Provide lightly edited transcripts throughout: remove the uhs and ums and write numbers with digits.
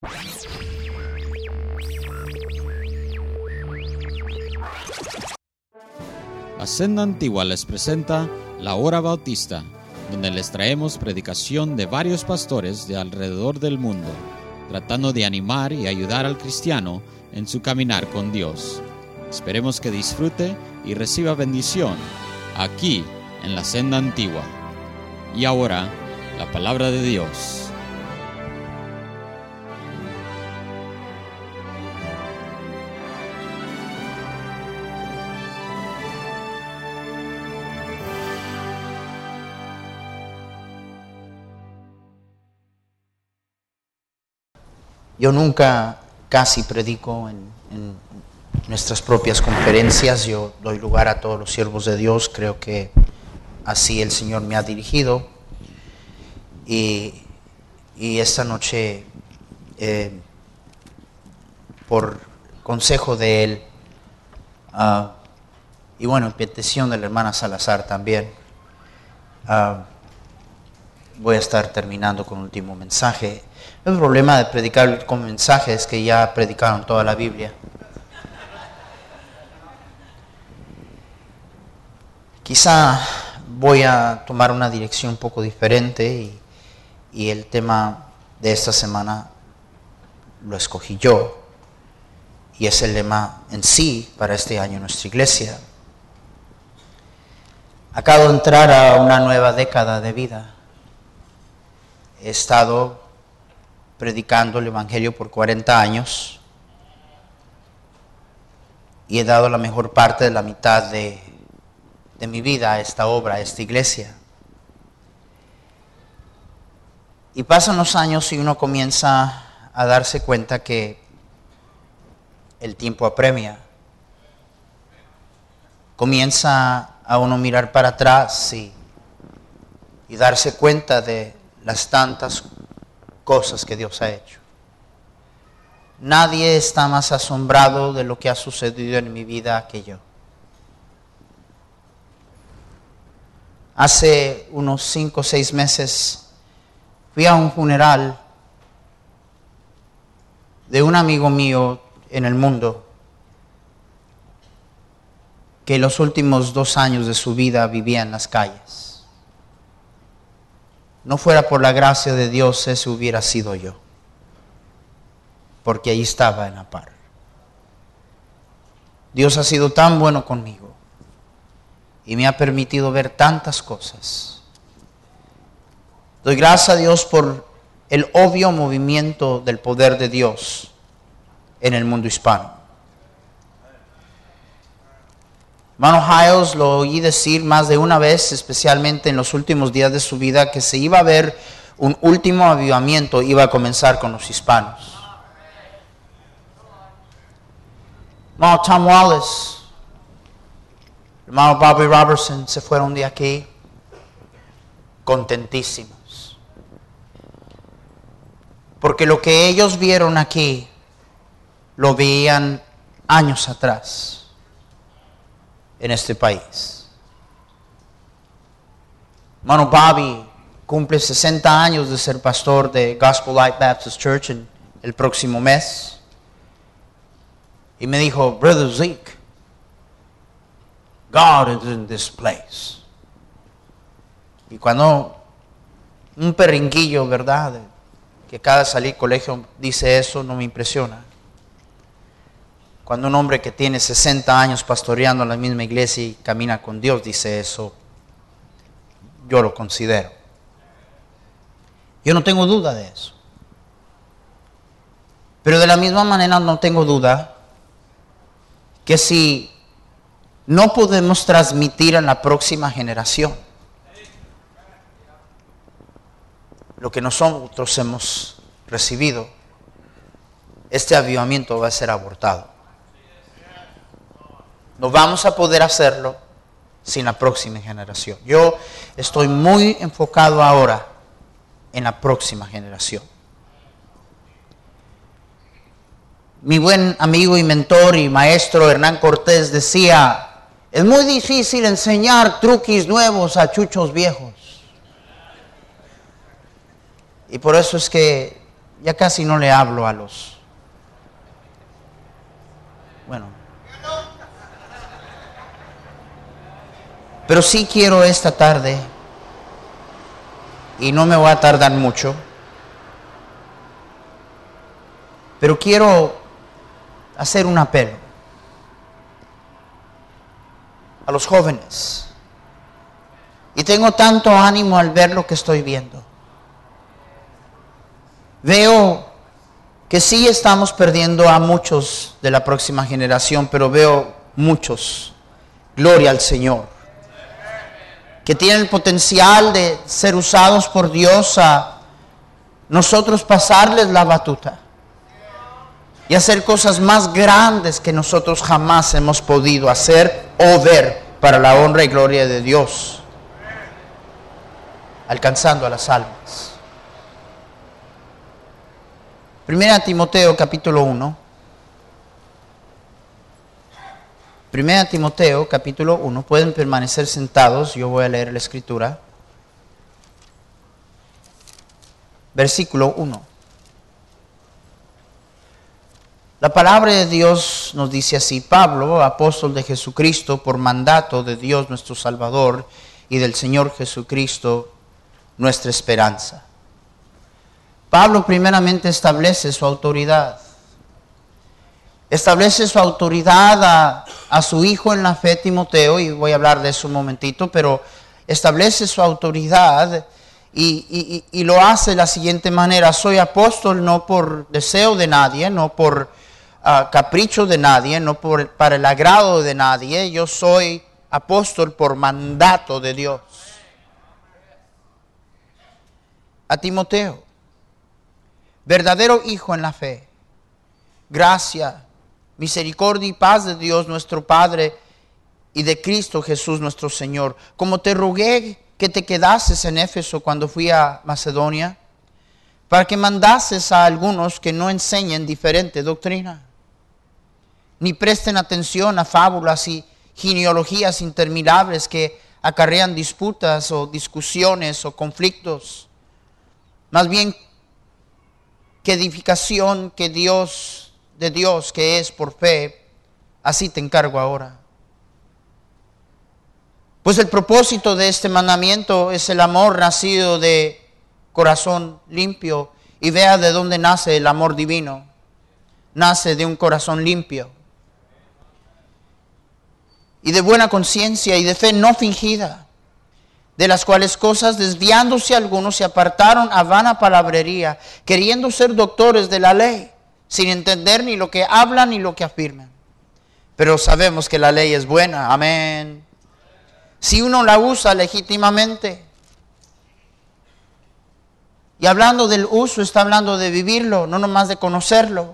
La Senda Antigua les presenta La Hora Bautista, donde les traemos predicación de varios pastores de alrededor del mundo, tratando de animar y ayudar al cristiano en su caminar con Dios. Esperemos que disfrute y reciba bendición aquí en la Senda Antigua. Y ahora, la palabra de Dios. Yo nunca casi predico en nuestras propias conferencias. Yo doy lugar a todos los siervos de Dios. Creo que así el Señor me ha dirigido. Y esta noche, por consejo de Él, y bueno, en petición de la hermana Salazar también, voy a estar terminando con un último mensaje. El problema de predicar con mensajes es que ya predicaron toda la Biblia. Quizá voy a tomar una dirección un poco diferente y el tema de esta semana lo escogí yo. Y es el lema en sí para este año en nuestra iglesia. Acabo de entrar a una nueva década de vida. He estado predicando el Evangelio por 40 años y he dado la mejor parte de la mitad de mi vida a esta obra, a esta iglesia. Y pasan los años y uno comienza a darse cuenta que el tiempo apremia. Comienza a uno mirar para atrás y darse cuenta de las tantas cosas que Dios ha hecho. Nadie está más asombrado de lo que ha sucedido en mi vida que yo. Hace unos 5 o 6 meses fui a un funeral de un amigo mío en el mundo que los últimos 2 años de su vida vivía en las calles. No fuera por la gracia de Dios, ese hubiera sido yo, porque ahí estaba en la par. Dios ha sido tan bueno conmigo y me ha permitido ver tantas cosas. Doy gracias a Dios por el obvio movimiento del poder de Dios en el mundo hispano. Hermano Hiles lo oí decir más de una vez, especialmente en los últimos días de su vida, que se iba a ver un último avivamiento, iba a comenzar con los hispanos. Hermano Tom Wallace, hermano Bobby Robertson se fueron de aquí contentísimos. Porque lo que ellos vieron aquí, lo veían años atrás en este país. Hermano Bobby cumple 60 años de ser pastor de Gospel Light Baptist Church en el próximo mes. Y me dijo, Brother Zeke, God is in this place. Y cuando un perrinquillo, ¿verdad?, que acaba de salir colegio dice eso, no me impresiona. Cuando un hombre que tiene 60 años pastoreando en la misma iglesia y camina con Dios dice eso, yo lo considero. Yo no tengo duda de eso. Pero de la misma manera no tengo duda que si no podemos transmitir a la próxima generación lo que nosotros hemos recibido, este avivamiento va a ser abortado. No vamos a poder hacerlo sin la próxima generación. Yo estoy muy enfocado ahora en la próxima generación. Mi buen amigo y mentor y maestro Hernán Cortés decía, es muy difícil enseñar truquis nuevos a chuchos viejos. Y por eso es que ya casi no le hablo a los... Bueno. Pero sí quiero esta tarde, y no me voy a tardar mucho, pero quiero hacer un apelo a los jóvenes. Y tengo tanto ánimo al ver lo que estoy viendo. Veo que sí estamos perdiendo a muchos de la próxima generación, pero veo muchos, gloria al Señor, que tienen el potencial de ser usados por Dios a nosotros pasarles la batuta y hacer cosas más grandes que nosotros jamás hemos podido hacer o ver para la honra y gloria de Dios, alcanzando a las almas. Primera Timoteo capítulo 1. Primera Timoteo capítulo 1. Pueden permanecer sentados, yo voy a leer la escritura. Versículo 1. La palabra de Dios nos dice así: Pablo, apóstol de Jesucristo, por mandato de Dios nuestro Salvador y del Señor Jesucristo, nuestra esperanza. Pablo primeramente establece su autoridad. Establece su autoridad a su hijo en la fe, Timoteo, y voy a hablar de eso un momentito, pero establece su autoridad y lo hace de la siguiente manera: soy apóstol no por deseo de nadie, no por capricho de nadie, no para el agrado de nadie. Yo soy apóstol por mandato de Dios. A Timoteo, verdadero hijo en la fe, gracia, misericordia y paz de Dios nuestro Padre y de Cristo Jesús nuestro Señor. Como te rogué que te quedases en Éfeso cuando fui a Macedonia, para que mandases a algunos que no enseñen diferente doctrina, ni presten atención a fábulas y genealogías interminables que acarrean disputas o discusiones o conflictos. Más bien, que edificación de Dios que es por fe, así te encargo ahora. Pues el propósito de este mandamiento es el amor nacido de corazón limpio. Y vea de dónde nace el amor divino. Nace de un corazón limpio y de buena conciencia y de fe no fingida, de las cuales cosas desviándose algunos se apartaron a vana palabrería, queriendo ser doctores de la ley, sin entender ni lo que hablan ni lo que afirman. Pero sabemos que la ley es buena, amén, si uno la usa legítimamente. Y hablando del uso, está hablando de vivirlo, no nomás de conocerlo.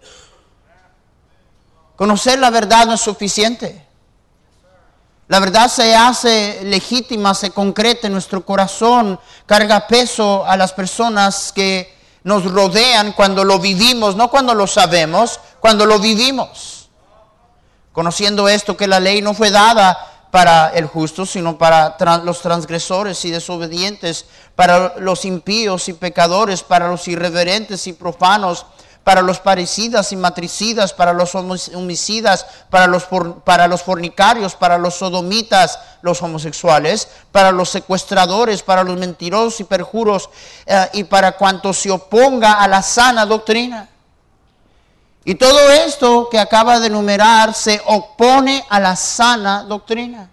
Conocer la verdad no es suficiente. La verdad se hace legítima, se concreta en nuestro corazón, carga peso a las personas que nos rodean cuando lo vivimos, no cuando lo sabemos, cuando lo vivimos. Conociendo esto, que la ley no fue dada para el justo, sino para los transgresores y desobedientes, para los impíos y pecadores, para los irreverentes y profanos, para los parricidas y matricidas, para los homicidas, para los fornicarios, para los sodomitas, los homosexuales, para los secuestradores, para los mentirosos y perjuros, y para cuanto se oponga a la sana doctrina. Y todo esto que acaba de enumerar se opone a la sana doctrina,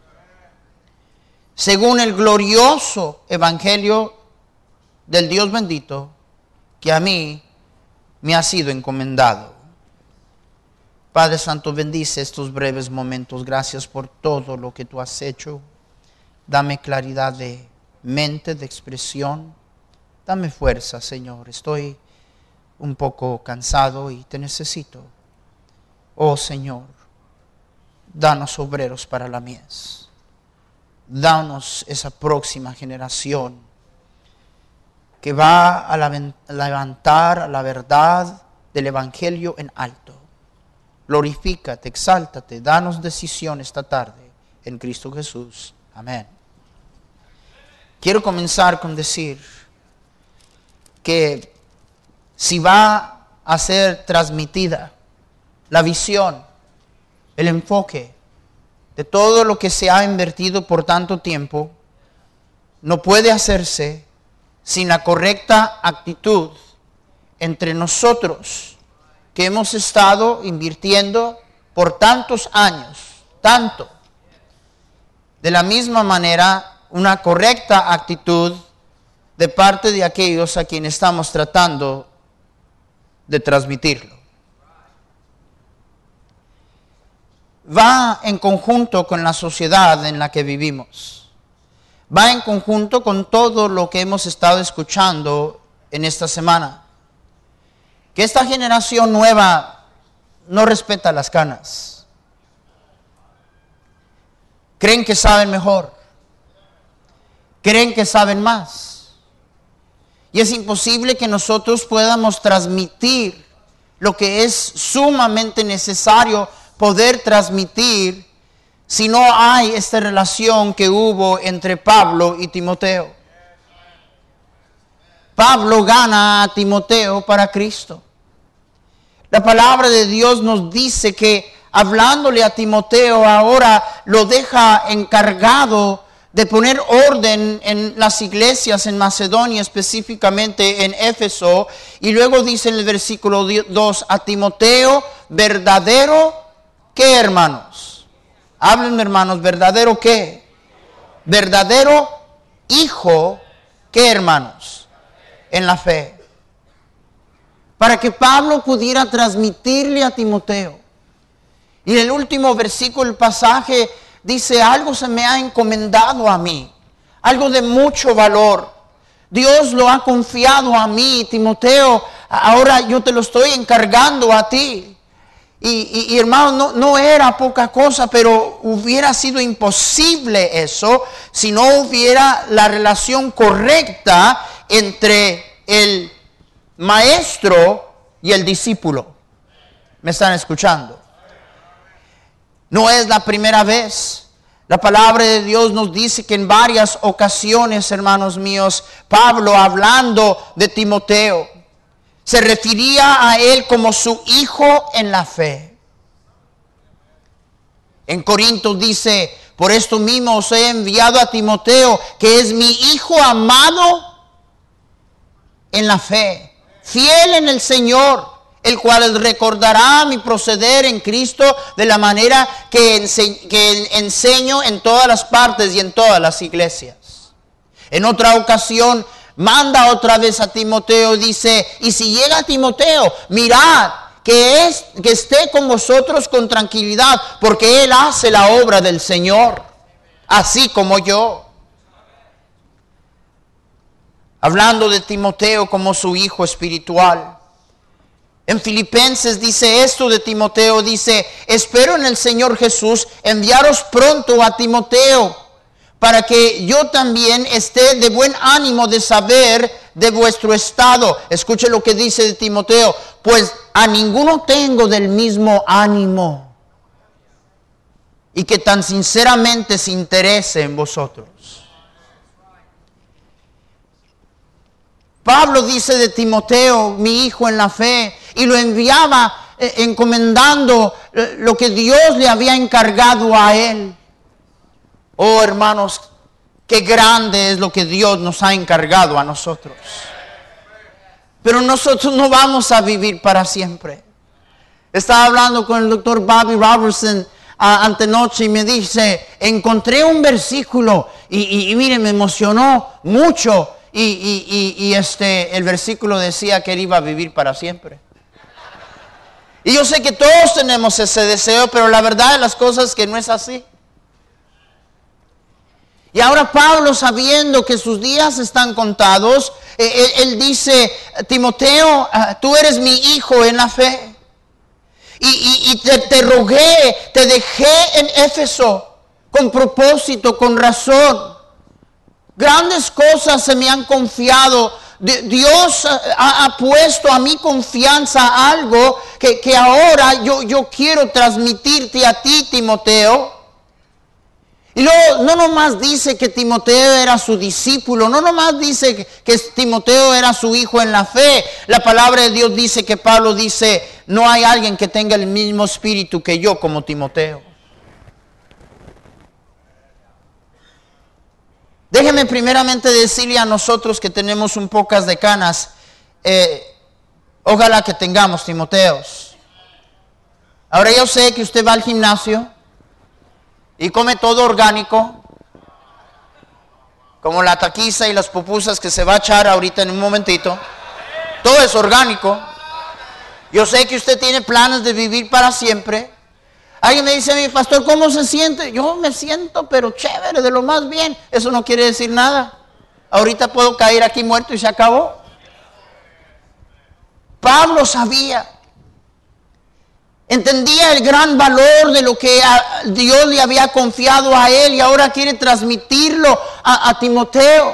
según el glorioso evangelio del Dios bendito, que a mí me ha sido encomendado. Padre Santo, bendice estos breves momentos. Gracias por todo lo que tú has hecho. Dame claridad de mente, de expresión. Dame fuerza, Señor. Estoy un poco cansado y te necesito. Oh Señor, danos obreros para la mies. Danos esa próxima generación que va a levantar la verdad del Evangelio en alto. Glorifícate, exáltate, danos decisión esta tarde en Cristo Jesús. Amén. Quiero comenzar con decir que si va a ser transmitida la visión, el enfoque de todo lo que se ha invertido por tanto tiempo, no puede hacerse sin la correcta actitud entre nosotros que hemos estado invirtiendo por tantos años, tanto. De la misma manera, una correcta actitud de parte de aquellos a quienes estamos tratando de transmitirlo. Va en conjunto con la sociedad en la que vivimos. Va en conjunto con todo lo que hemos estado escuchando en esta semana. Que esta generación nueva no respeta las canas. Creen que saben mejor. Creen que saben más. Y es imposible que nosotros podamos transmitir lo que es sumamente necesario poder transmitir si no hay esta relación que hubo entre Pablo y Timoteo. Pablo gana a Timoteo para Cristo. La palabra de Dios nos dice que hablándole a Timoteo ahora lo deja encargado de poner orden en las iglesias en Macedonia, específicamente en Éfeso. Y luego dice en el versículo 2, a Timoteo, verdadero, ¿qué, hermanos? Háblenme, hermanos, ¿verdadero qué? Verdadero hijo, ¿qué, hermanos? En la fe. Para que Pablo pudiera transmitirle a Timoteo. Y en el último versículo, el pasaje dice, algo se me ha encomendado a mí, algo de mucho valor. Dios lo ha confiado a mí, Timoteo, ahora yo te lo estoy encargando a ti. Y hermano, no era poca cosa, pero hubiera sido imposible eso si no hubiera la relación correcta entre el maestro y el discípulo. ¿Me están escuchando? No es la primera vez. La palabra de Dios nos dice que en varias ocasiones, hermanos míos, Pablo, hablando de Timoteo, se refería a él como su hijo en la fe. En Corintios dice, por esto mismo os he enviado a Timoteo, que es mi hijo amado en la fe, fiel en el Señor, el cual recordará mi proceder en Cristo de la manera que enseño en todas las partes y en todas las iglesias. En otra ocasión, manda otra vez a Timoteo, dice, y si llega Timoteo, mirad que esté con vosotros con tranquilidad, porque él hace la obra del Señor, así como yo. Hablando de Timoteo como su hijo espiritual. En Filipenses dice esto de Timoteo, dice, espero en el Señor Jesús enviaros pronto a Timoteo, para que yo también esté de buen ánimo de saber de vuestro estado. Escuche lo que dice de Timoteo, pues a ninguno tengo del mismo ánimo, y que tan sinceramente se interese en vosotros. Pablo dice de Timoteo, mi hijo en la fe, y lo enviaba encomendando lo que Dios le había encargado a él. Oh, hermanos, qué grande es lo que Dios nos ha encargado a nosotros. Pero nosotros no vamos a vivir para siempre. Estaba hablando con el doctor Bobby Robertson antenoche y me dice, encontré un versículo y mire, me emocionó mucho. Y el versículo decía que él iba a vivir para siempre. Y yo sé que todos tenemos ese deseo, pero la verdad de las cosas es que no es así. Y ahora Pablo, sabiendo que sus días están contados, él dice, Timoteo, tú eres mi hijo en la fe. Y te rogué, te dejé en Éfeso con propósito, con razón. Grandes cosas se me han confiado. Dios ha puesto a mi confianza algo que ahora yo quiero transmitirte a ti, Timoteo. Y luego no nomás dice que Timoteo era su discípulo, no nomás dice que Timoteo era su hijo en la fe. La palabra de Dios dice que Pablo dice, no hay alguien que tenga el mismo espíritu que yo como Timoteo. Déjeme primeramente decirle a nosotros que tenemos un pocas de canas, ojalá que tengamos Timoteos. Ahora yo sé que usted va al gimnasio y come todo orgánico, como la taquiza y las pupusas que se va a echar ahorita en un momentito. Todo es orgánico. Yo sé que usted tiene planes de vivir para siempre. Alguien me dice a mí, pastor, ¿cómo se siente? Yo me siento pero chévere, de lo más bien. Eso no quiere decir nada. Ahorita puedo caer aquí muerto y se acabó. Pablo sabía, entendía el gran valor de lo que Dios le había confiado a él y ahora quiere transmitirlo a Timoteo.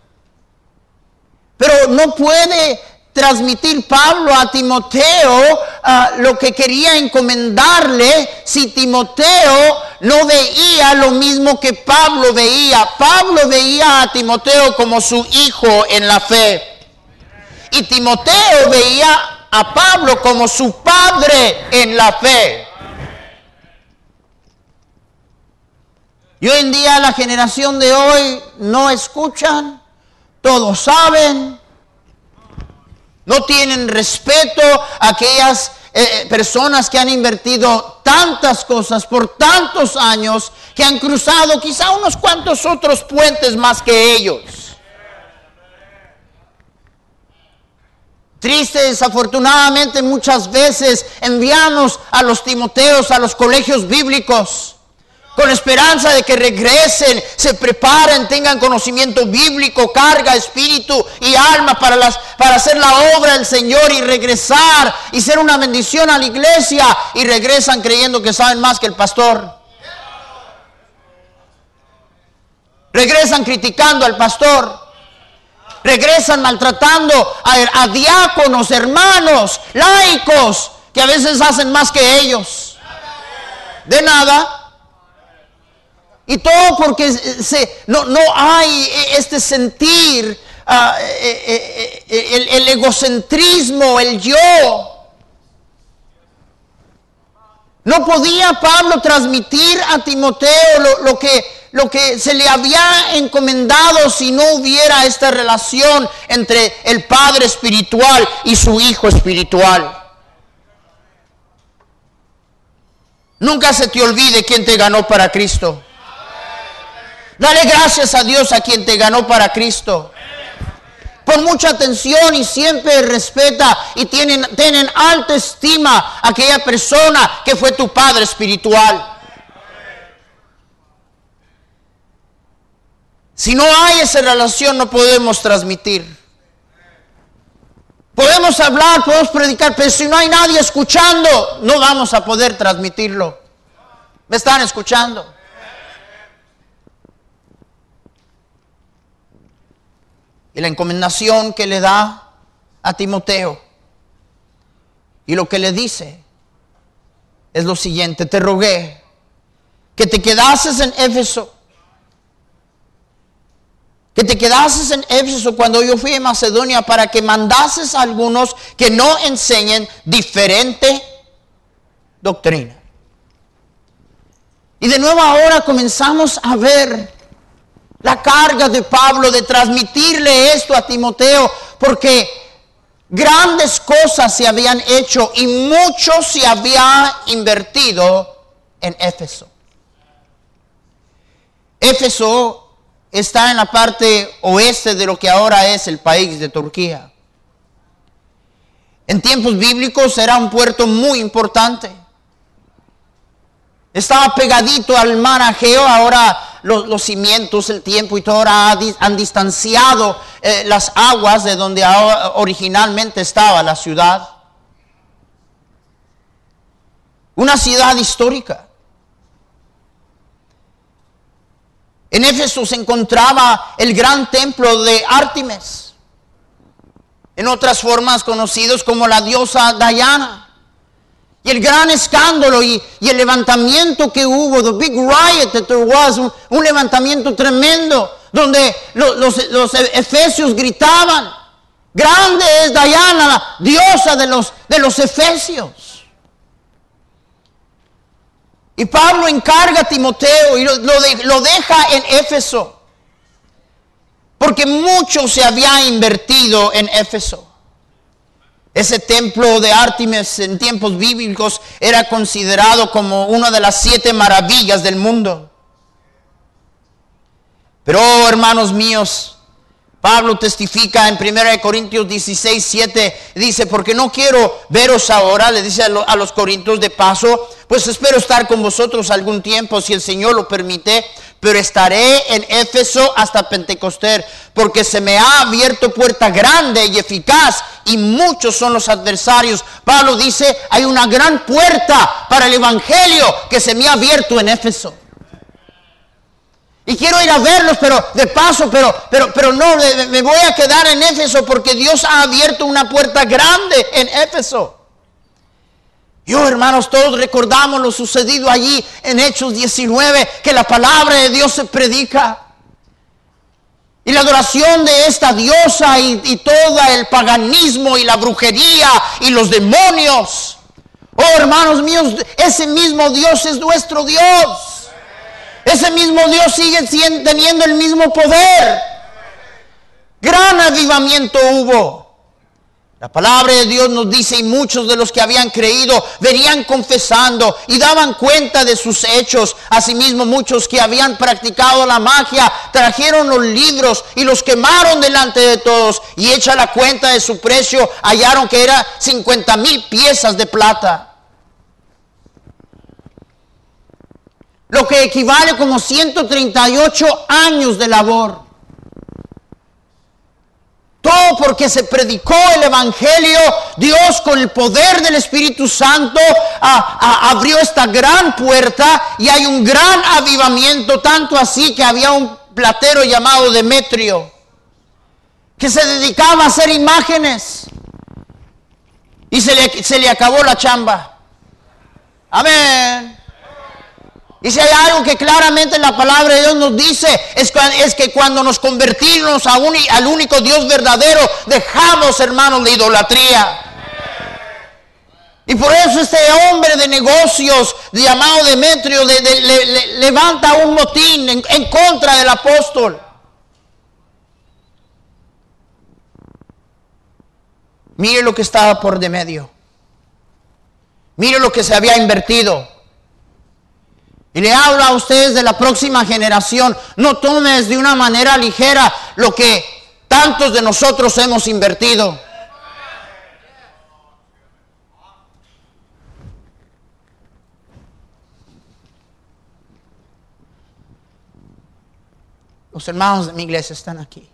Pero no puede transmitir Pablo a Timoteo lo que quería encomendarle si Timoteo no veía lo mismo que Pablo veía. Pablo veía a Timoteo como su hijo en la fe. Y Timoteo veía a Pablo como su padre en la fe. Y hoy en día la generación de hoy no escuchan, todos saben, no tienen respeto a aquellas personas que han invertido tantas cosas por tantos años, que han cruzado quizá unos cuantos otros puentes más que ellos. Triste, desafortunadamente, muchas veces enviamos a los Timoteos a los colegios bíblicos con esperanza de que regresen, se preparen, tengan conocimiento bíblico, carga, espíritu y alma para hacer la obra del Señor y regresar y ser una bendición a la iglesia, y regresan creyendo que saben más que el pastor. Regresan criticando al pastor. Regresan maltratando a diáconos, hermanos, laicos, que a veces hacen más que ellos. De nada. Y todo porque no hay este sentir, el egocentrismo, el yo. No podía Pablo transmitir a Timoteo lo que se le había encomendado si no hubiera esta relación entre el padre espiritual y su hijo espiritual. Nunca se te olvide quién te ganó para Cristo. Dale gracias a Dios a quien te ganó para Cristo. Pon mucha atención y siempre respeta y tienen alta estima a aquella persona que fue tu padre espiritual. Si no hay esa relación, no podemos transmitir. Podemos hablar, podemos predicar, pero si no hay nadie escuchando, no vamos a poder transmitirlo. ¿Me están escuchando? Y la encomendación que le da a Timoteo y lo que le dice es lo siguiente: te rogué que te quedases en Éfeso. Que te quedases en Éfeso cuando yo fui a Macedonia, para que mandases a algunos que no enseñen diferente doctrina. Y de nuevo ahora comenzamos a ver la carga de Pablo de transmitirle esto a Timoteo, porque grandes cosas se habían hecho y mucho se había invertido en Éfeso. Éfeso está en la parte oeste de lo que ahora es el país de Turquía. En tiempos bíblicos era un puerto muy importante. Estaba pegadito al mar Egeo. Ahora los cimientos, el tiempo y todo ahora han distanciado las aguas de donde originalmente estaba la ciudad. Una ciudad histórica. En Éfeso se encontraba el gran templo de Ártemis, en otras formas conocidos como la diosa Diana. Y el gran escándalo y el levantamiento que hubo, the big riot that there was, un levantamiento tremendo, donde los efesios gritaban, grande es Diana, la diosa de los efesios. Y Pablo encarga a Timoteo y lo deja en Éfeso, porque mucho se había invertido en Éfeso. Ese templo de Artemis en tiempos bíblicos era considerado como una de las 7 maravillas del mundo. Pero, hermanos míos, Pablo testifica en 1 Corintios 16:7, dice, porque no quiero veros ahora, le dice a los corintios, de paso, pues espero estar con vosotros algún tiempo, si el Señor lo permite, pero estaré en Éfeso hasta Pentecostés, porque se me ha abierto puerta grande y eficaz, y muchos son los adversarios. Pablo dice, hay una gran puerta para el evangelio que se me ha abierto en Éfeso. Y quiero ir a verlos, pero de paso, pero no, me voy a quedar en Éfeso porque Dios ha abierto una puerta grande en Éfeso. Yo, hermanos, todos recordamos lo sucedido allí en Hechos 19, que la palabra de Dios se predica. Y la adoración de esta diosa y todo el paganismo y la brujería y los demonios. Oh, hermanos míos, ese mismo Dios es nuestro Dios. Ese mismo Dios sigue teniendo el mismo poder. Gran avivamiento hubo. La palabra de Dios nos dice, y muchos de los que habían creído venían confesando y daban cuenta de sus hechos. Asimismo, muchos que habían practicado la magia trajeron los libros y los quemaron delante de todos. Y hecha la cuenta de su precio, hallaron que era 50,000 piezas de plata. Lo que equivale como 138 años de labor. Todo porque se predicó el evangelio. Dios, con el poder del Espíritu Santo, abrió esta gran puerta y hay un gran avivamiento, tanto así que había un platero llamado Demetrio que se dedicaba a hacer imágenes y se le acabó la chamba. Amén. Y si hay algo que claramente la palabra de Dios nos dice, es que cuando nos convertimos al único Dios verdadero, dejamos, hermanos, la idolatría. Y por eso este hombre de negocios llamado Demetrio levanta un motín en contra del apóstol. Mire lo que estaba por de medio. Mire lo que se había invertido. Y le hablo a ustedes de la próxima generación. No tomes de una manera ligera lo que tantos de nosotros hemos invertido. Los hermanos de mi iglesia están aquí.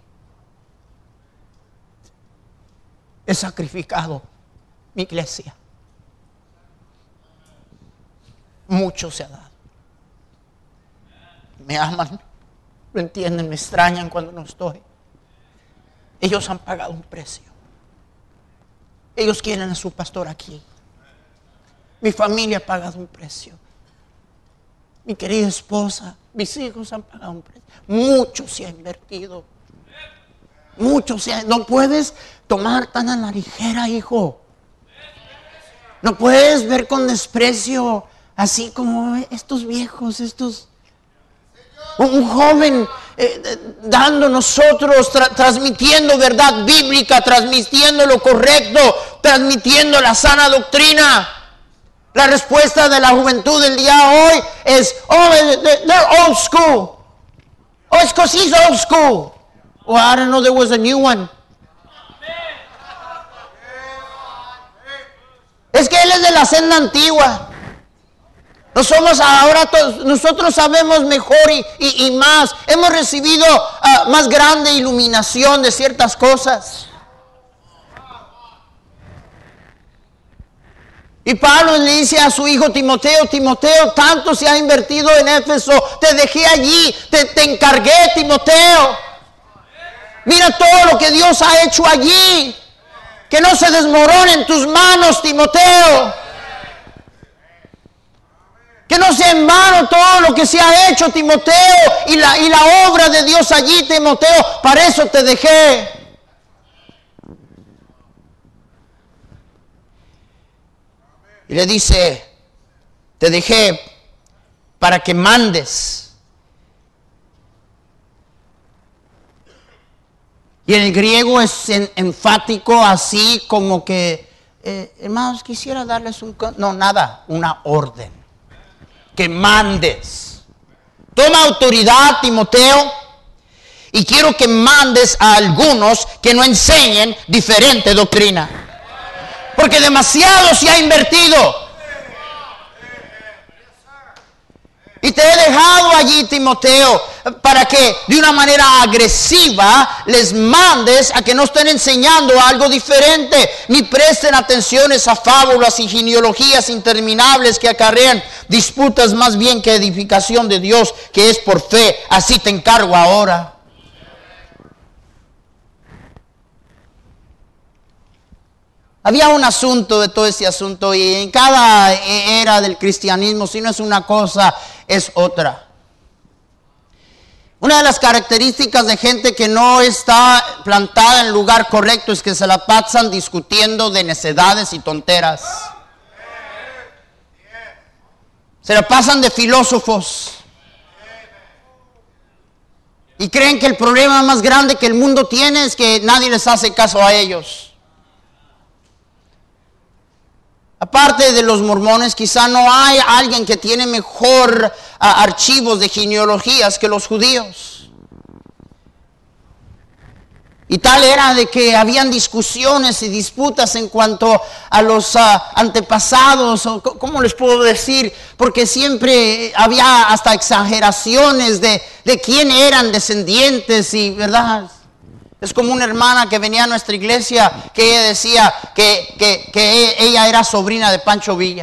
He sacrificado mi iglesia. Mucho se ha dado. Me aman, lo entienden, me extrañan cuando no estoy. Ellos han pagado un precio. Ellos quieren a su pastor aquí. Mi familia ha pagado un precio. Mi querida esposa, mis hijos han pagado un precio. Mucho se ha invertido. No puedes tomar tan a la ligera, hijo. No puedes ver con desprecio, así como estos viejos, un joven dando nosotros, transmitiendo verdad bíblica, transmitiendo lo correcto, transmitiendo la sana doctrina. La respuesta de la juventud del día de hoy es, they're old school. Oh, it's because he's old school. Oh, I don't know, there was a new one. Es que él es de la senda antigua. Nosotros sabemos mejor y más. Hemos recibido más grande iluminación de ciertas cosas. Y Pablo le dice a su hijo Timoteo, tanto se ha invertido en Éfeso, te dejé allí, te encargué, Timoteo. Mira todo lo que Dios ha hecho allí. Que no se desmorone en tus manos, Timoteo. Que no sea en vano todo lo que se ha hecho, Timoteo, y la obra de Dios allí, Timoteo. Para eso te dejé. Y le dice, te dejé para que mandes. Y en el griego es enfático, así como que, hermanos, quisiera darles una orden. Que mandes. Toma autoridad, Timoteo, y quiero que mandes a algunos que no enseñen diferente doctrina. Porque demasiado se ha invertido. Y te he dejado allí, Timoteo, para que de una manera agresiva les mandes a que no estén enseñando algo diferente, ni presten atenciones a fábulas y genealogías interminables que acarrean disputas más bien que edificación de Dios, que es por fe. Así te encargo ahora. Había un asunto de todo ese asunto, y en cada era del cristianismo, si no es una cosa, es otra. Una de las características de gente que no está plantada en el lugar correcto es que se la pasan discutiendo de necedades y tonteras. Se la pasan de filósofos. Y creen que el problema más grande que el mundo tiene es que nadie les hace caso a ellos. Aparte de los mormones, quizá no hay alguien que tiene mejor archivos de genealogías que los judíos. Y tal era de que habían discusiones y disputas en cuanto a los antepasados, o ¿cómo les puedo decir? Porque siempre había hasta exageraciones de quién eran descendientes, y ¿verdad? Es como una hermana que venía a nuestra iglesia, que ella decía que ella era sobrina de Pancho Villa.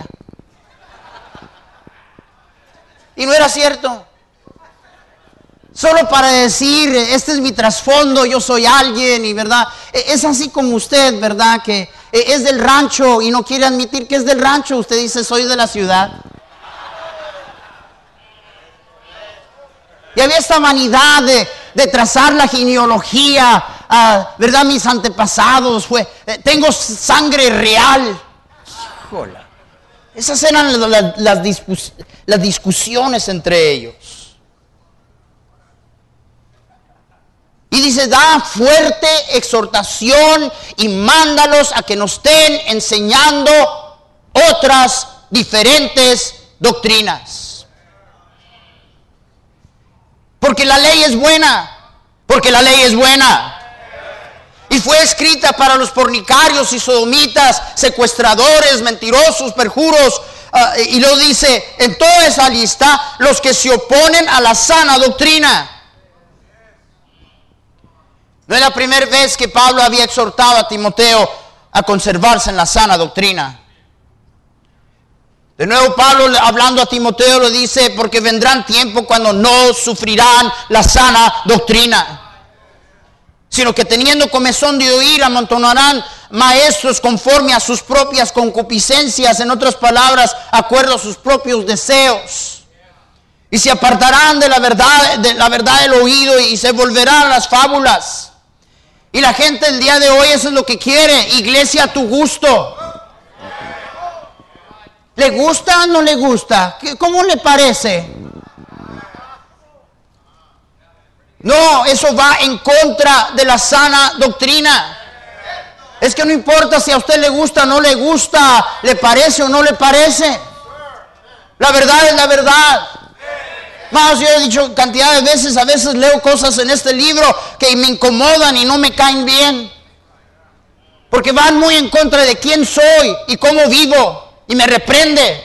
Y no era cierto. Solo para decir, este es mi trasfondo, yo soy alguien, y verdad, es así como usted, verdad, que es del rancho y no quiere admitir que es del rancho. Usted dice, soy de la ciudad. Y había esta vanidad de trazar la genealogía, ¿verdad? Mis antepasados, tengo sangre real. Híjole. Esas eran las discusiones entre ellos. Y dice, da fuerte exhortación y mándalos a que nos estén enseñando otras diferentes doctrinas. Porque la ley es buena. Porque la ley es buena. Y fue escrita para los fornicarios y sodomitas, secuestradores, mentirosos, perjuros. Y lo dice en toda esa lista, los que se oponen a la sana doctrina. No es la primera vez que Pablo había exhortado a Timoteo a conservarse en la sana doctrina. De nuevo Pablo, hablando a Timoteo, le dice, porque vendrán tiempos cuando no sufrirán la sana doctrina, sino que teniendo comezón de oír, amontonarán maestros conforme a sus propias concupiscencias, en otras palabras, acuerdo a sus propios deseos. Y se apartarán de la verdad del oído, y se volverán a las fábulas. Y la gente el día de hoy eso es lo que quiere, iglesia a tu gusto. ¿Le gusta o no le gusta? ¿Cómo le parece? No, eso va en contra de la sana doctrina. Es que no importa si a usted le gusta o no le gusta, le parece o no le parece. La verdad es la verdad. Más, yo he dicho cantidad de veces, a veces leo cosas en este libro que me incomodan y no me caen bien. Porque van muy en contra de quién soy y cómo vivo. Y me reprende.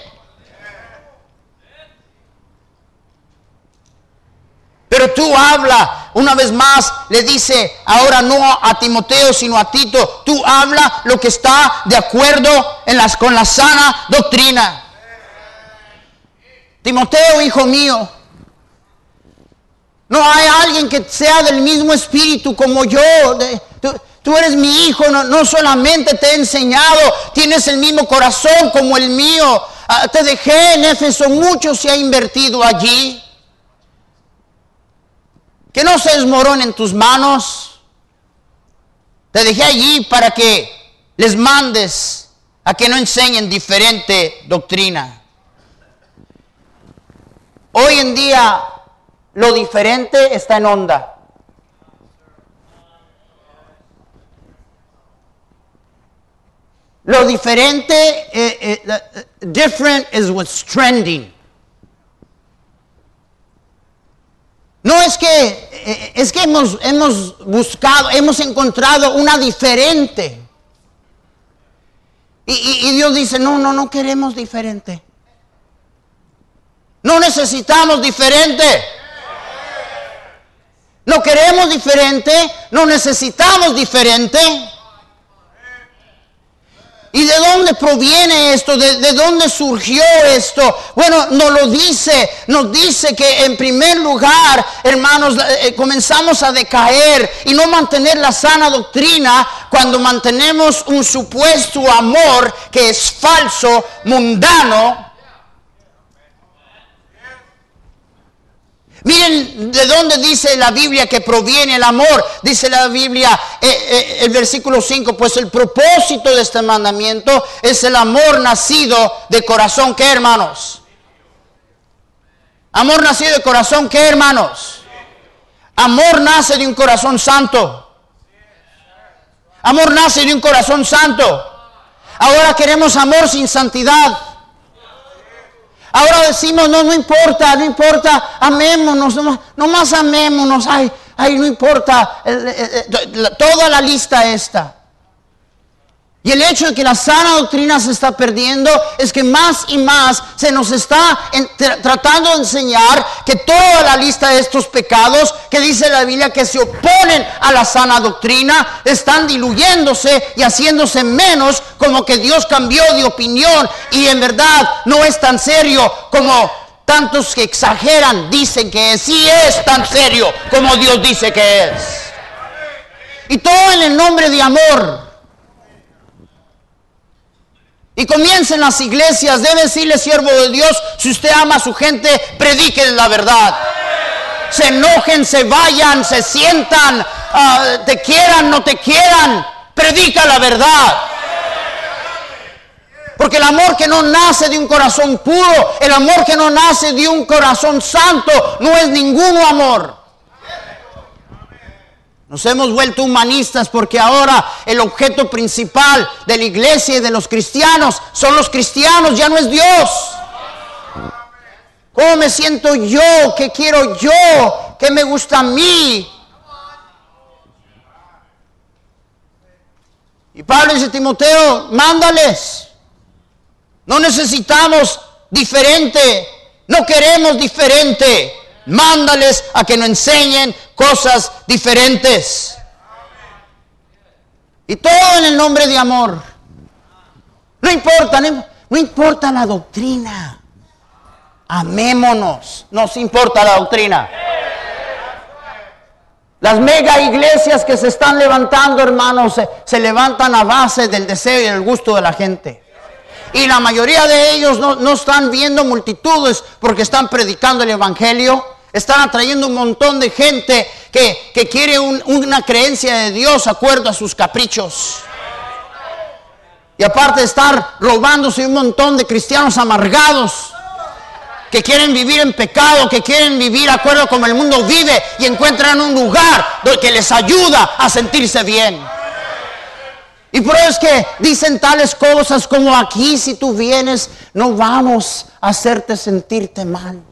Pero tú habla, una vez más, le dice, ahora no a Timoteo, sino a Tito. Tú habla lo que está de acuerdo con la sana doctrina. Timoteo, hijo mío, no hay alguien que sea del mismo espíritu como yo. Tú eres mi hijo, no solamente te he enseñado, tienes el mismo corazón como el mío. te dejé en Éfeso, mucho se ha invertido allí. Que no se desmoronen en tus manos. Te dejé allí para que les mandes a que no enseñen diferente doctrina. Hoy en día lo diferente está en onda. Lo diferente, different is what's trending. No es que hemos buscado, hemos encontrado una diferente. Y Dios dice, no queremos diferente. No necesitamos diferente. No queremos diferente, no necesitamos diferente. ¿Y de dónde proviene esto? ¿De dónde surgió esto? Bueno, nos dice que en primer lugar, hermanos, comenzamos a decaer y no mantener la sana doctrina cuando mantenemos un supuesto amor que es falso, mundano. Miren de dónde dice la Biblia que proviene el amor. Dice la Biblia, el versículo 5, pues el propósito de este mandamiento es el amor nacido de corazón. ¿Qué, hermanos? Amor nacido de corazón. ¿Qué, hermanos? Amor nace de un corazón santo. Amor nace de un corazón santo. Ahora queremos amor sin santidad. Ahora decimos, no importa, amémonos, nomás amémonos, ay, no importa, toda la lista esta. Y el hecho de que la sana doctrina se está perdiendo es que más y más se nos está tratando de enseñar que toda la lista de estos pecados que dice la Biblia que se oponen a la sana doctrina están diluyéndose y haciéndose menos, como que Dios cambió de opinión y en verdad no es tan serio como tantos que exageran dicen que es. Sí es tan serio como Dios dice que es. Y todo en el nombre de amor. Y comiencen las iglesias, debe decirle siervo de Dios, si usted ama a su gente, prediquen la verdad. Se enojen, se vayan, se sientan, te quieran, no te quieran, predica la verdad. Porque el amor que no nace de un corazón puro, el amor que no nace de un corazón santo, no es ningún amor. Nos hemos vuelto humanistas porque ahora el objeto principal de la iglesia y de los cristianos son los cristianos, ya no es Dios. ¿Cómo me siento yo? ¿Qué quiero yo? ¿Qué me gusta a mí? Y Pablo dice a Timoteo, mándales. No necesitamos diferente, no queremos diferente. Mándales a que nos enseñen cosas diferentes. Y todo en el nombre de amor. No importa la doctrina. Amémonos. Nos importa la doctrina. Las mega iglesias que se están levantando, hermanos, se levantan a base del deseo y el gusto de la gente. Y la mayoría de ellos no están viendo multitudes porque están predicando el evangelio. Están atrayendo un montón de gente que quiere una creencia de Dios de acuerdo a sus caprichos. Y aparte de estar robándose un montón de cristianos amargados que quieren vivir en pecado, que quieren vivir de acuerdo como el mundo vive y encuentran un lugar que les ayuda a sentirse bien. Y por eso es que dicen tales cosas como aquí si tú vienes no vamos a hacerte sentirte mal.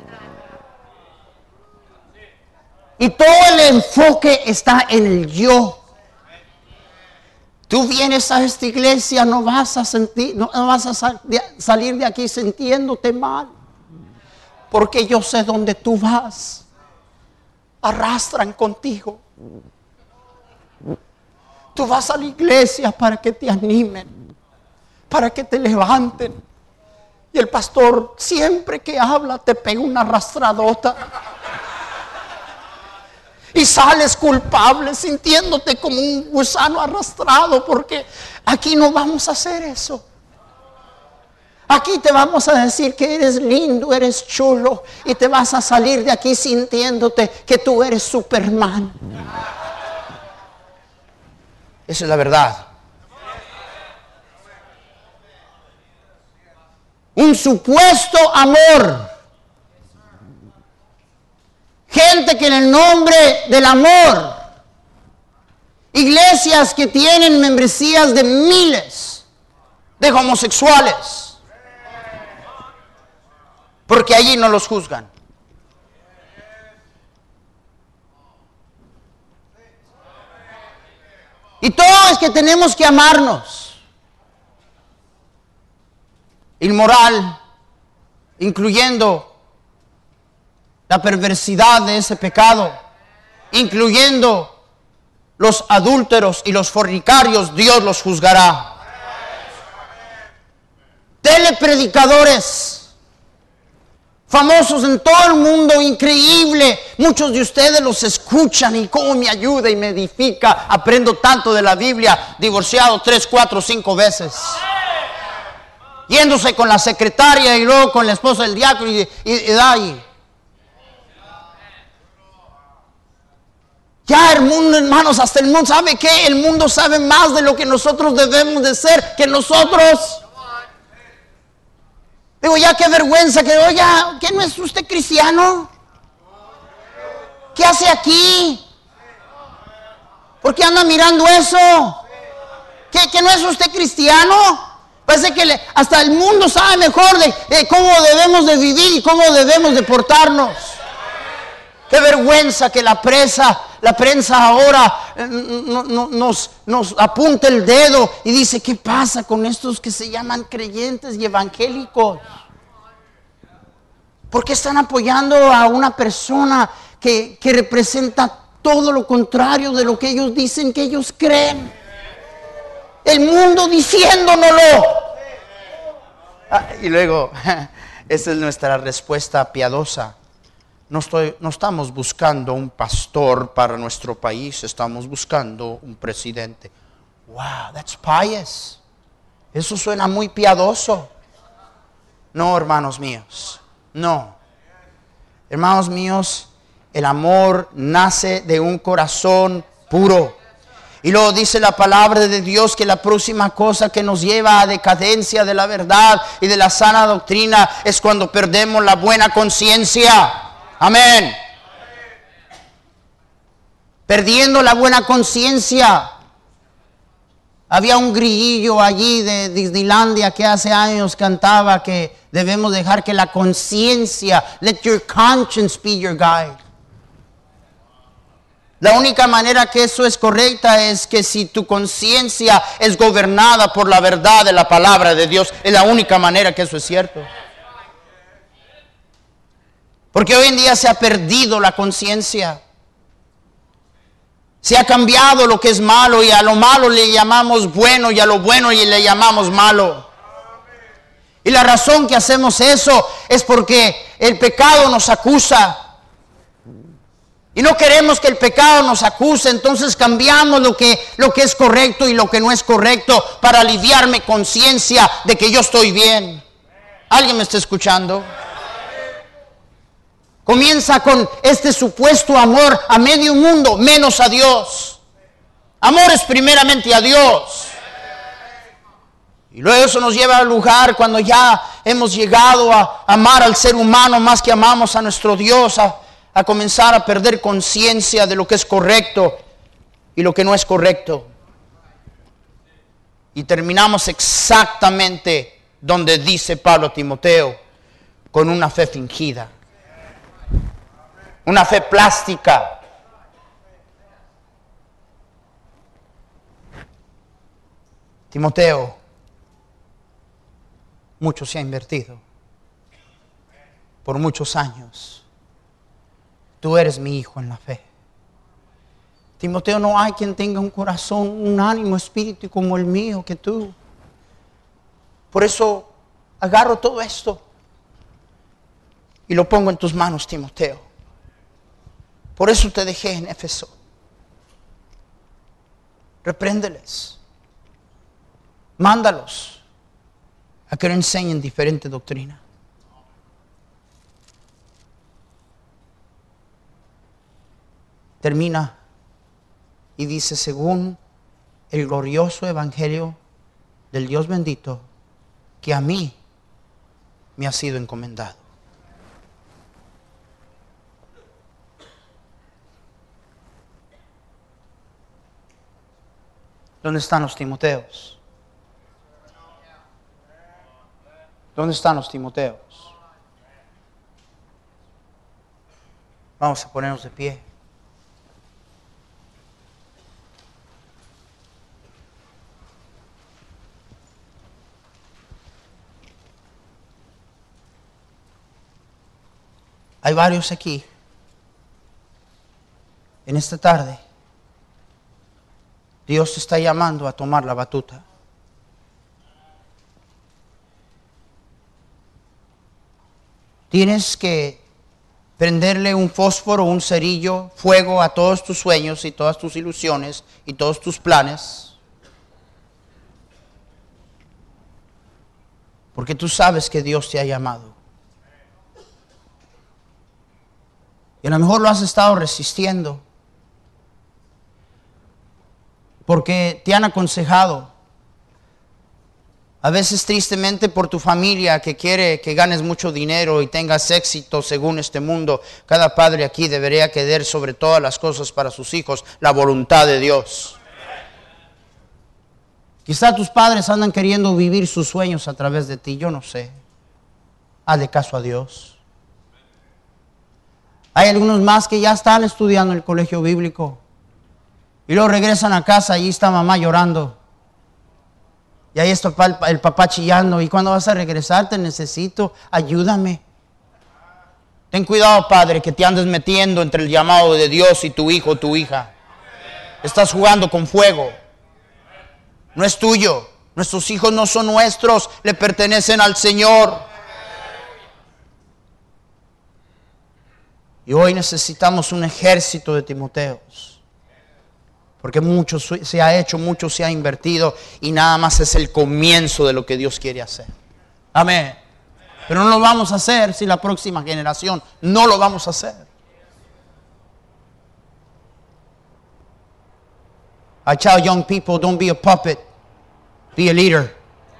Y todo el enfoque está en el yo. Tú vienes a esta iglesia, no vas a salir de aquí sintiéndote mal. Porque yo sé dónde tú vas. Arrastran contigo. Tú vas a la iglesia para que te animen, para que te levanten. Y el pastor siempre que habla te pega una arrastradota. Y sales culpable sintiéndote como un gusano arrastrado porque aquí no vamos a hacer eso. Aquí te vamos a decir que eres lindo, eres chulo, y te vas a salir de aquí sintiéndote que tú eres Superman. Esa es la verdad. Un supuesto amor. Gente que en el nombre del amor, iglesias que tienen membresías de miles de homosexuales, porque allí no los juzgan. Y todo es que tenemos que amarnos. Inmoral, incluyendo la perversidad de ese pecado, incluyendo los adúlteros y los fornicarios, Dios los juzgará. Telepredicadores famosos en todo el mundo, increíble. Muchos de ustedes los escuchan y cómo me ayuda y me edifica. Aprendo tanto de la Biblia, divorciado 3, 4, 5 veces. Yéndose con la secretaria y luego con la esposa del diácono y de ahí. Ya el mundo, hermanos, hasta el mundo, ¿sabe qué? El mundo sabe más de lo que nosotros debemos de ser que nosotros. Digo, ya qué vergüenza, que oiga, ¿qué no es usted cristiano? ¿Qué hace aquí? ¿Por qué anda mirando eso? ¿Que no es usted cristiano? Parece que hasta el mundo sabe mejor de cómo debemos de vivir y cómo debemos de portarnos. Qué vergüenza que la prensa ahora nos apunta el dedo y dice, ¿qué pasa con estos que se llaman creyentes y evangélicos? ¿Por qué están apoyando a una persona que representa todo lo contrario de lo que ellos dicen que ellos creen? El mundo diciéndonoslo. Y luego, esa es nuestra respuesta piadosa. No estamos buscando un pastor para nuestro país, estamos buscando un presidente. Wow, that's pious. Eso suena muy piadoso. No, hermanos míos, no. Hermanos míos, el amor nace de un corazón puro. Y luego dice la palabra de Dios que la próxima cosa que nos lleva a decadencia de la verdad y de la sana doctrina es cuando perdemos la buena conciencia. Amén. Perdiendo la buena conciencia. Había un grillillo allí de Disneylandia que hace años cantaba que debemos dejar que la conciencia, let your conscience be your guide. La única manera que eso es correcta es que si tu conciencia es gobernada por la verdad de la palabra de Dios, es la única manera que eso es cierto. Porque hoy en día se ha perdido la conciencia. Se ha cambiado lo que es malo y a lo malo le llamamos bueno y a lo bueno le llamamos malo. Y la razón que hacemos eso es porque el pecado nos acusa. Y no queremos que el pecado nos acuse, entonces cambiamos lo que es correcto y lo que no es correcto para aliviar mi conciencia de que yo estoy bien. ¿Alguien me está escuchando? Comienza con este supuesto amor a medio mundo, menos a Dios. Amor es primeramente a Dios. Y luego eso nos lleva al lugar cuando ya hemos llegado a amar al ser humano más que amamos a nuestro Dios, a comenzar a perder conciencia de lo que es correcto y lo que no es correcto. Y terminamos exactamente donde dice Pablo a Timoteo, con una fe fingida. Una fe plástica. Timoteo, mucho se ha invertido. Por muchos años. Tú eres mi hijo en la fe. Timoteo, no hay quien tenga un corazón, un ánimo, espíritu como el mío que tú. Por eso agarro todo esto y lo pongo en tus manos, Timoteo. Por eso te dejé en Éfeso. Repréndeles. Mándalos a que no enseñen diferente doctrina. Termina y dice, según el glorioso evangelio del Dios bendito, que a mí me ha sido encomendado. ¿Dónde están los Timoteos? ¿Dónde están los Timoteos? Vamos a ponernos de pie. Hay varios aquí, en esta tarde. Dios te está llamando a tomar la batuta. Tienes que prenderle un fósforo, un cerillo, fuego a todos tus sueños y todas tus ilusiones y todos tus planes. Porque tú sabes que Dios te ha llamado. Y a lo mejor lo has estado resistiendo. Porque te han aconsejado. A veces tristemente por tu familia que quiere que ganes mucho dinero y tengas éxito según este mundo. Cada padre aquí debería querer sobre todas las cosas para sus hijos la voluntad de Dios. Quizá tus padres andan queriendo vivir sus sueños a través de ti, yo no sé. Hazle caso a Dios. Hay algunos más que ya están estudiando en el colegio bíblico. Y luego regresan a casa y está mamá llorando. Y ahí está el papá chillando. ¿Y cuándo vas a regresar? Te necesito, ayúdame. Ten cuidado, padre, que te andes metiendo entre el llamado de Dios y tu hijo o tu hija. Estás jugando con fuego. No es tuyo. Nuestros hijos no son nuestros, le pertenecen al Señor. Y hoy necesitamos un ejército de Timoteos. Porque mucho se ha hecho, mucho se ha invertido y nada más es el comienzo de lo que Dios quiere hacer. Amén. Pero no lo vamos a hacer si la próxima generación no lo vamos a hacer. I tell young people, don't be a puppet, be a leader.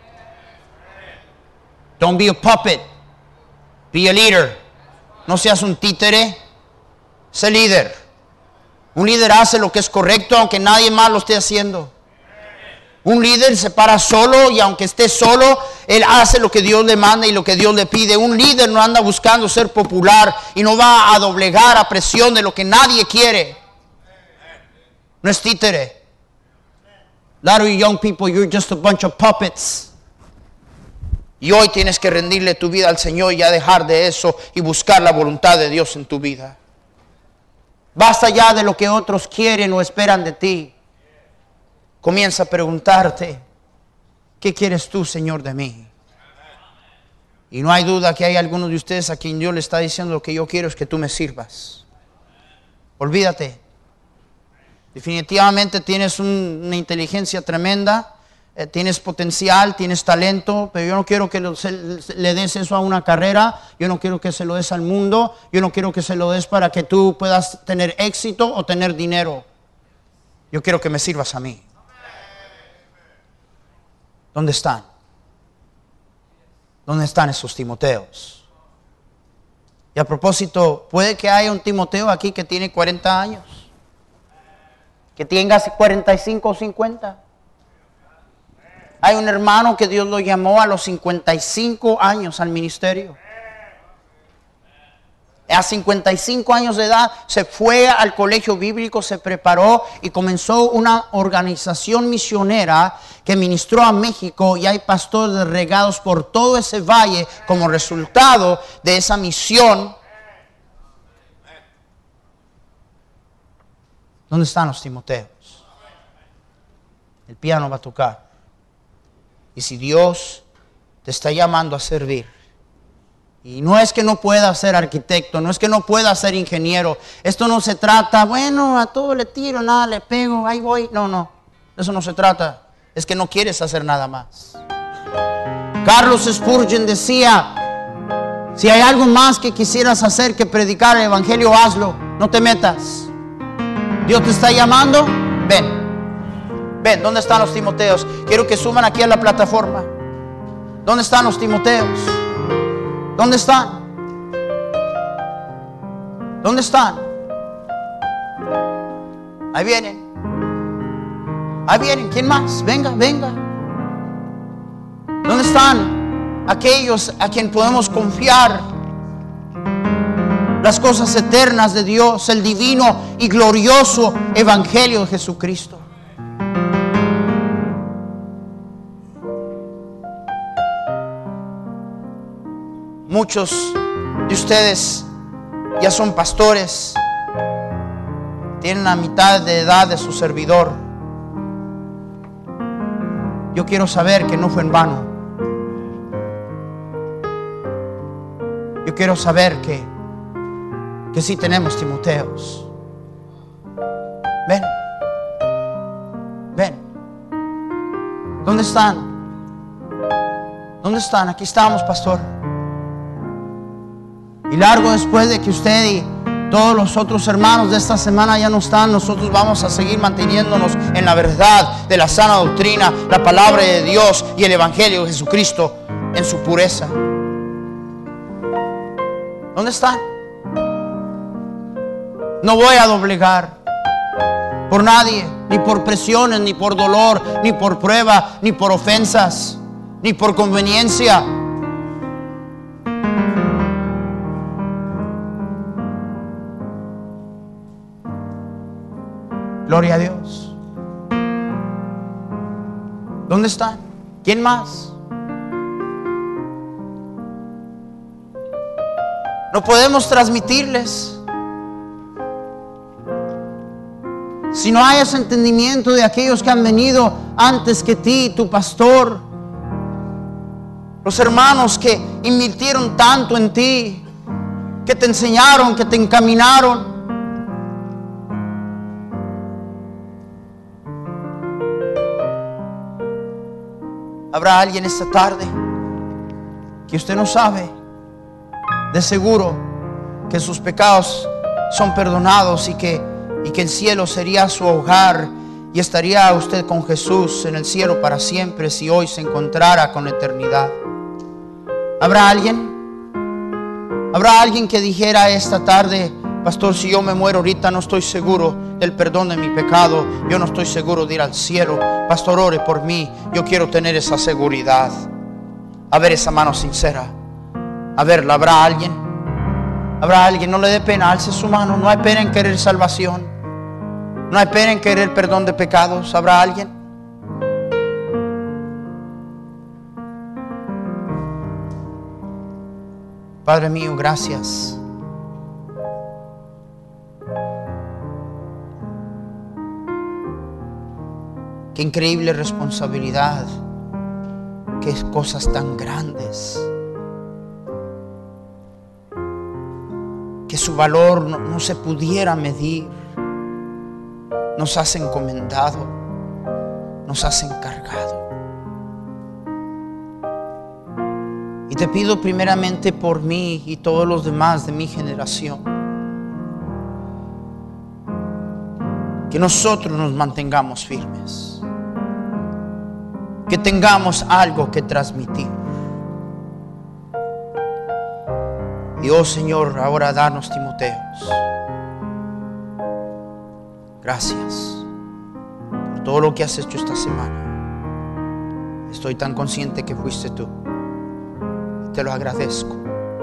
Don't be a puppet, be a leader. No seas un títere, sé líder. Un líder hace lo que es correcto aunque nadie más lo esté haciendo. Un líder se para solo y aunque esté solo, él hace lo que Dios le manda y lo que Dios le pide. Un líder no anda buscando ser popular y no va a doblegar a presión de lo que nadie quiere. No es títere. A lot of you young people, you're just a bunch of puppets. Y hoy tienes que rendirle tu vida al Señor y ya dejar de eso y buscar la voluntad de Dios en tu vida. Basta ya de lo que otros quieren o esperan de ti. Comienza a preguntarte, ¿qué quieres tú, Señor, de mí? Y no hay duda que hay algunos de ustedes a quien Dios le está diciendo lo que yo quiero es que tú me sirvas. Olvídate. Definitivamente tienes una inteligencia tremenda. Tienes potencial, tienes talento, pero yo no quiero que le des eso a una carrera, yo no quiero que se lo des al mundo, yo no quiero que se lo des para que tú puedas tener éxito o tener dinero. Yo quiero que me sirvas a mí. ¿Dónde están? ¿Dónde están esos Timoteos? Y a propósito, puede que haya un Timoteo aquí que tiene 40 años, que tenga 45 o 50. Hay un hermano que Dios lo llamó a los 55 años al ministerio. A 55 años de edad se fue al colegio bíblico, se preparó y comenzó una organización misionera que ministró a México y hay pastores regados por todo ese valle como resultado de esa misión. ¿Dónde están los Timoteos? El piano va a tocar. Y si Dios te está llamando a servir, y no es que no pueda ser arquitecto, no es que no pueda ser ingeniero, esto no se trata, bueno, a todo le tiro, nada le pego, ahí voy, no, eso no se trata, es que no quieres hacer nada más. Carlos Spurgeon decía: si hay algo más que quisieras hacer que predicar el evangelio, hazlo. No te metas. Dios te está llamando. Ven, ¿dónde están los Timoteos? Quiero que suban aquí a la plataforma. ¿Dónde están los Timoteos? ¿Dónde están? ¿Dónde están? Ahí vienen. Ahí vienen. ¿Quién más? Venga. ¿Dónde están aquellos a quien podemos confiar las cosas eternas de Dios, el divino y glorioso evangelio de Jesucristo? Muchos de ustedes ya son pastores, tienen la mitad de edad de su servidor. Yo quiero saber que no fue en vano. Yo quiero saber que sí tenemos Timoteos. Ven. ¿Dónde están? ¿Dónde están? Aquí estamos, pastor. Y largo después de que usted y todos los otros hermanos de esta semana ya no están, nosotros vamos a seguir manteniéndonos en la verdad de la sana doctrina, la palabra de Dios y el evangelio de Jesucristo en su pureza. ¿Dónde están? No voy a doblegar por nadie, ni por presiones, ni por dolor, ni por prueba, ni por ofensas, ni por conveniencia. Gloria a Dios. ¿Dónde están? ¿Quién más? No podemos transmitirles si no hay ese entendimiento de aquellos que han venido antes que ti, tu pastor, los hermanos que invirtieron tanto en ti, que te enseñaron, que te encaminaron. Habrá alguien esta tarde que usted no sabe de seguro que sus pecados son perdonados y que el cielo sería su hogar y estaría usted con Jesús en el cielo para siempre si hoy se encontrara con la eternidad. ¿Habrá alguien? ¿Habrá alguien que dijera esta tarde: pastor, si yo me muero ahorita no estoy seguro del perdón de mi pecado, yo no estoy seguro de ir al cielo? Pastor, ore por mí, yo quiero tener esa seguridad. A ver esa mano sincera, a verla. ¿Habrá alguien? ¿Habrá alguien? No le dé pena, alce su mano. No hay pena en querer salvación, no hay pena en querer perdón de pecados. ¿Habrá alguien? Padre mío, gracias. Qué increíble responsabilidad, qué cosas tan grandes, que su valor no se pudiera medir. Nos has encomendado, nos has encargado. Y te pido primeramente por mí y todos los demás de mi generación, que nosotros nos mantengamos firmes, que tengamos algo que transmitir. Y oh Señor, ahora danos Timoteos. Gracias por todo lo que has hecho esta semana. Estoy tan consciente que fuiste tú. Y te lo agradezco.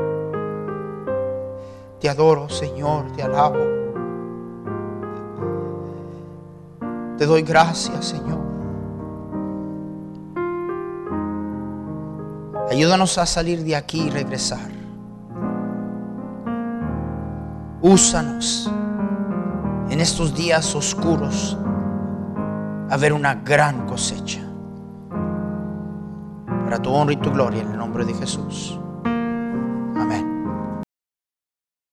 Te adoro, Señor, te alabo. Te doy gracias, Señor. Ayúdanos a salir de aquí y regresar. Úsanos en estos días oscuros a ver una gran cosecha. Para tu honra y tu gloria, en el nombre de Jesús.